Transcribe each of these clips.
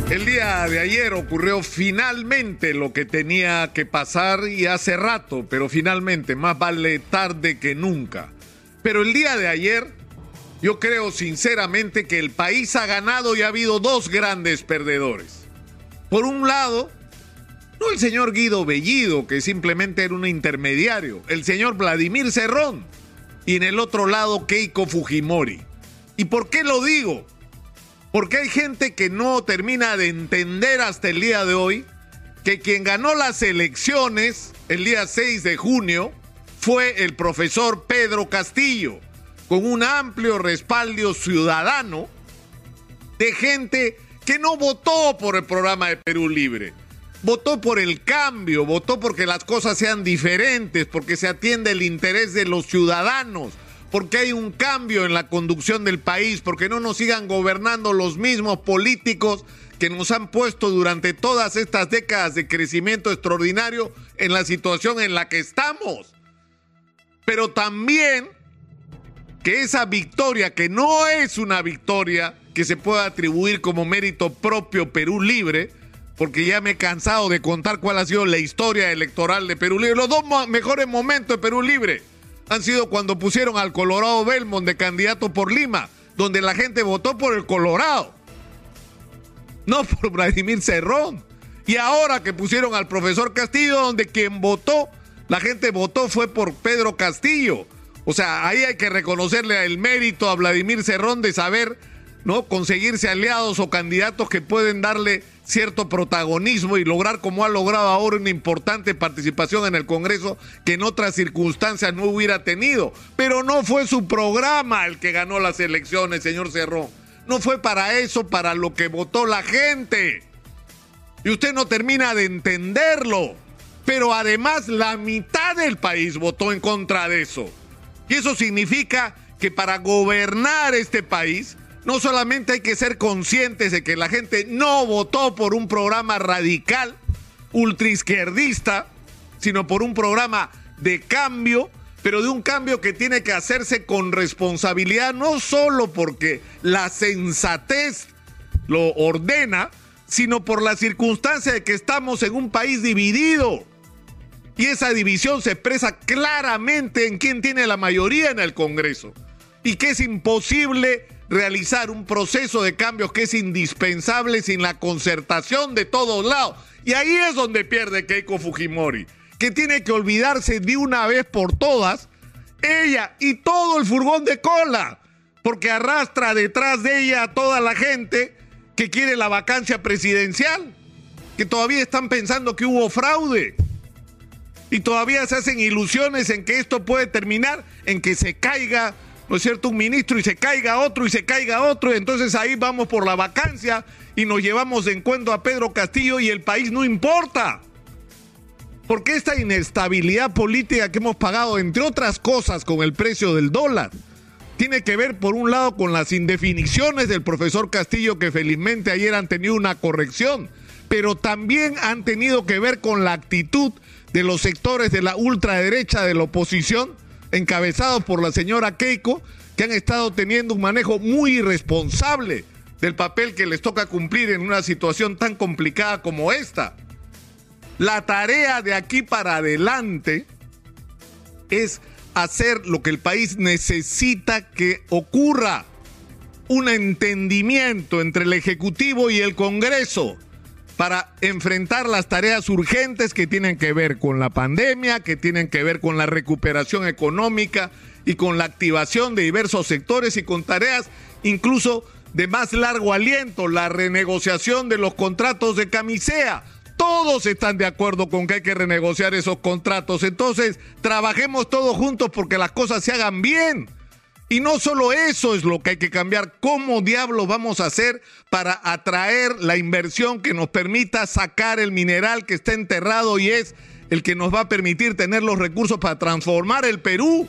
El día de ayer ocurrió finalmente lo que tenía que pasar y hace rato, pero finalmente, más vale tarde que nunca. Pero el día de ayer, yo creo sinceramente que el país ha ganado y ha habido dos grandes perdedores. Por un lado, no el señor Guido Bellido, que simplemente era un intermediario, el señor Vladimir Cerrón, y en el otro lado Keiko Fujimori. ¿Y por qué lo digo? Porque hay gente que no termina de entender hasta el día de hoy que quien ganó las elecciones el día 6 de junio fue el profesor Pedro Castillo, con un amplio respaldo ciudadano de gente que no votó por el programa de Perú Libre. Votó por el cambio, votó porque las cosas sean diferentes, porque se atiende el interés de los ciudadanos, porque hay un cambio en la conducción del país, porque no nos sigan gobernando los mismos políticos que nos han puesto durante todas estas décadas de crecimiento extraordinario en la situación en la que estamos. Pero también que esa victoria, que no es una victoria que se pueda atribuir como mérito propio Perú Libre, porque ya me he cansado de contar cuál ha sido la historia electoral de Perú Libre. Los dos mejores momentos de Perú Libre han sido cuando pusieron al Colorado Belmont de candidato por Lima, donde la gente votó por el Colorado, no por Vladimir Cerrón. Y ahora que pusieron al profesor Castillo, donde quien votó, la gente votó fue por Pedro Castillo. O sea, ahí hay que reconocerle el mérito a Vladimir Cerrón de saber, ¿no?, conseguirse aliados o candidatos que pueden darle cierto protagonismo y lograr, como ha logrado ahora, una importante participación en el Congreso que en otras circunstancias no hubiera tenido. Pero no fue su programa el que ganó las elecciones, señor Cerrón. No fue para eso, para lo que votó la gente. Y usted no termina de entenderlo. Pero además la mitad del país votó en contra de eso. Y eso significa que para gobernar este país no solamente hay que ser conscientes de que la gente no votó por un programa radical, ultraizquierdista, sino por un programa de cambio, pero de un cambio que tiene que hacerse con responsabilidad, no solo porque la sensatez lo ordena, sino por la circunstancia de que estamos en un país dividido. Y esa división se expresa claramente en quién tiene la mayoría en el Congreso. Y que es imposible realizar un proceso de cambios que es indispensable sin la concertación de todos lados. Y ahí es donde pierde Keiko Fujimori, que tiene que olvidarse de una vez por todas, ella y todo el furgón de cola, porque arrastra detrás de ella a toda la gente que quiere la vacancia presidencial, que todavía están pensando que hubo fraude y todavía se hacen ilusiones en que esto puede terminar en que se caiga, ¿no es cierto?, un ministro y se caiga otro y se caiga otro, y entonces ahí vamos por la vacancia y nos llevamos de encuentro a Pedro Castillo y el país no importa. Porque esta inestabilidad política que hemos pagado, entre otras cosas, con el precio del dólar, tiene que ver, por un lado, con las indefiniciones del profesor Castillo, que felizmente ayer han tenido una corrección, pero también han tenido que ver con la actitud de los sectores de la ultraderecha de la oposición, encabezados por la señora Keiko, que han estado teniendo un manejo muy irresponsable del papel que les toca cumplir en una situación tan complicada como esta. La tarea de aquí para adelante es hacer lo que el país necesita que ocurra: un entendimiento entre el Ejecutivo y el Congreso para enfrentar las tareas urgentes que tienen que ver con la pandemia, que tienen que ver con la recuperación económica y con la activación de diversos sectores, y con tareas incluso de más largo aliento, la renegociación de los contratos de camisea. Todos están de acuerdo con que hay que renegociar esos contratos. Entonces, trabajemos todos juntos porque las cosas se hagan bien. Y no solo eso es lo que hay que cambiar. ¿Cómo diablos vamos a hacer para atraer la inversión que nos permita sacar el mineral que está enterrado y es el que nos va a permitir tener los recursos para transformar el Perú?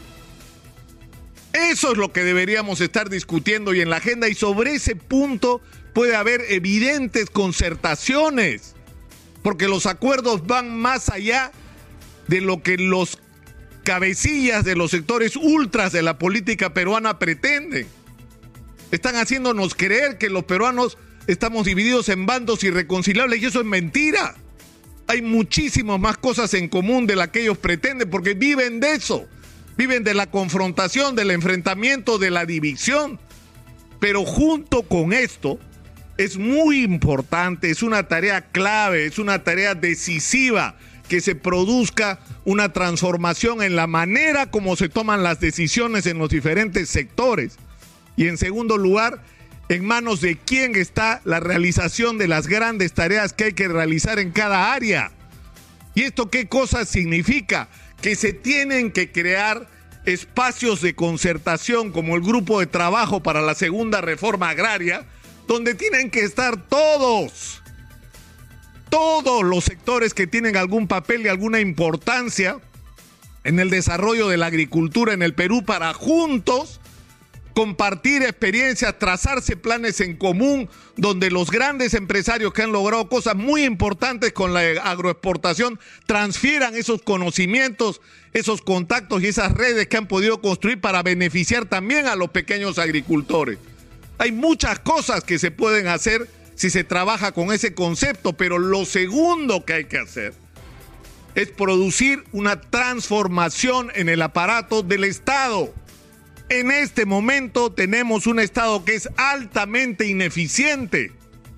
Eso es lo que deberíamos estar discutiendo y en la agenda, y sobre ese punto puede haber evidentes concertaciones, porque los acuerdos van más allá de lo que los cabecillas de los sectores ultras de la política peruana pretenden. Están haciéndonos creer que los peruanos estamos divididos en bandos irreconciliables y eso es mentira. Hay muchísimas más cosas en común de las que ellos pretenden porque viven de eso. Viven de la confrontación, del enfrentamiento, de la división. Pero junto con esto, es muy importante, es una tarea clave, es una tarea decisiva que se produzca una transformación en la manera como se toman las decisiones en los diferentes sectores. Y en segundo lugar, en manos de quién está la realización de las grandes tareas que hay que realizar en cada área. ¿Y esto qué cosa significa? Que se tienen que crear espacios de concertación como el grupo de trabajo para la segunda reforma agraria, donde tienen que estar todos los sectores que tienen algún papel y alguna importancia en el desarrollo de la agricultura en el Perú para juntos compartir experiencias, trazarse planes en común, donde los grandes empresarios que han logrado cosas muy importantes con la agroexportación transfieran esos conocimientos, esos contactos y esas redes que han podido construir para beneficiar también a los pequeños agricultores. Hay muchas cosas que se pueden hacer si se trabaja con ese concepto, pero lo segundo que hay que hacer es producir una transformación en el aparato del Estado. En este momento tenemos un Estado que es altamente ineficiente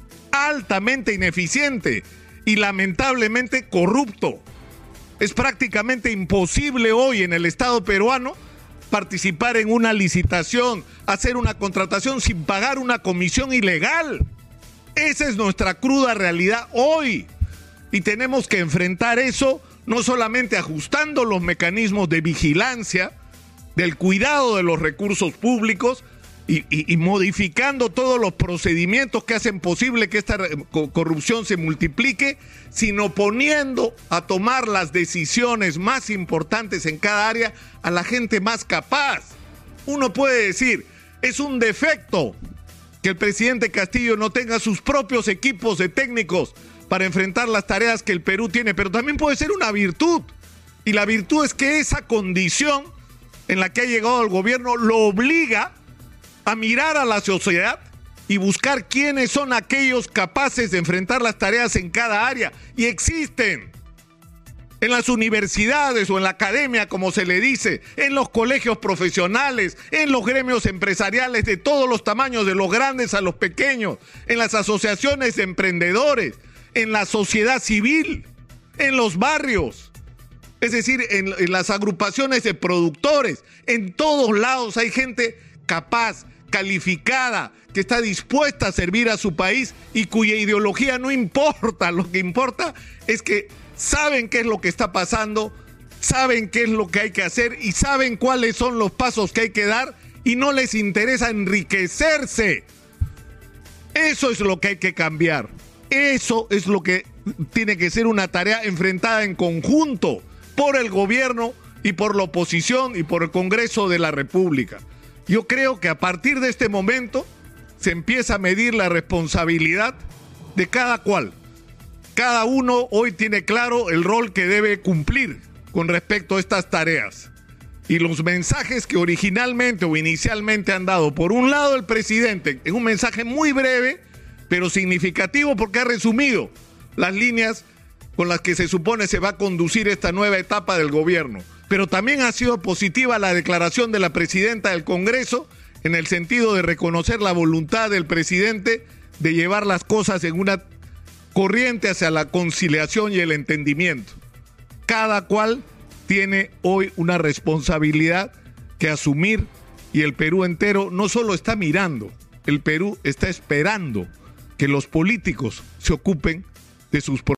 y lamentablemente corrupto. Es prácticamente imposible hoy en el Estado peruano participar en una licitación, hacer una contratación sin pagar una comisión ilegal. Esa es nuestra cruda realidad hoy. Y tenemos que enfrentar eso no solamente ajustando los mecanismos de vigilancia, del cuidado de los recursos públicos y modificando todos los procedimientos que hacen posible que esta corrupción se multiplique, sino poniendo a tomar las decisiones más importantes en cada área a la gente más capaz. Uno puede decir, es un defecto que el presidente Castillo no tenga sus propios equipos de técnicos para enfrentar las tareas que el Perú tiene, pero también puede ser una virtud. Y la virtud es que esa condición en la que ha llegado el gobierno lo obliga a mirar a la sociedad y buscar quiénes son aquellos capaces de enfrentar las tareas en cada área. Y existen en las universidades o en la academia, como se le dice, en los colegios profesionales, en los gremios empresariales de todos los tamaños, de los grandes a los pequeños, en las asociaciones de emprendedores, en la sociedad civil, en los barrios. Es decir, en las agrupaciones de productores, en todos lados hay gente capaz, calificada, que está dispuesta a servir a su país y cuya ideología no importa. Lo que importa es que saben qué es lo que está pasando, saben qué es lo que hay que hacer y saben cuáles son los pasos que hay que dar y no les interesa enriquecerse. Eso es lo que hay que cambiar. Eso es lo que tiene que ser una tarea enfrentada en conjunto por el gobierno y por la oposición y por el Congreso de la República. Yo creo que a partir de este momento se empieza a medir la responsabilidad de cada cual. Cada uno hoy tiene claro el rol que debe cumplir con respecto a estas tareas. Y los mensajes que originalmente o inicialmente han dado, por un lado el presidente, en un mensaje muy breve, pero significativo porque ha resumido las líneas con las que se supone se va a conducir esta nueva etapa del gobierno. Pero también ha sido positiva la declaración de la presidenta del Congreso en el sentido de reconocer la voluntad del presidente de llevar las cosas en una corriente hacia la conciliación y el entendimiento. Cada cual tiene hoy una responsabilidad que asumir y el Perú entero no solo está mirando, el Perú está esperando que los políticos se ocupen de sus problemas.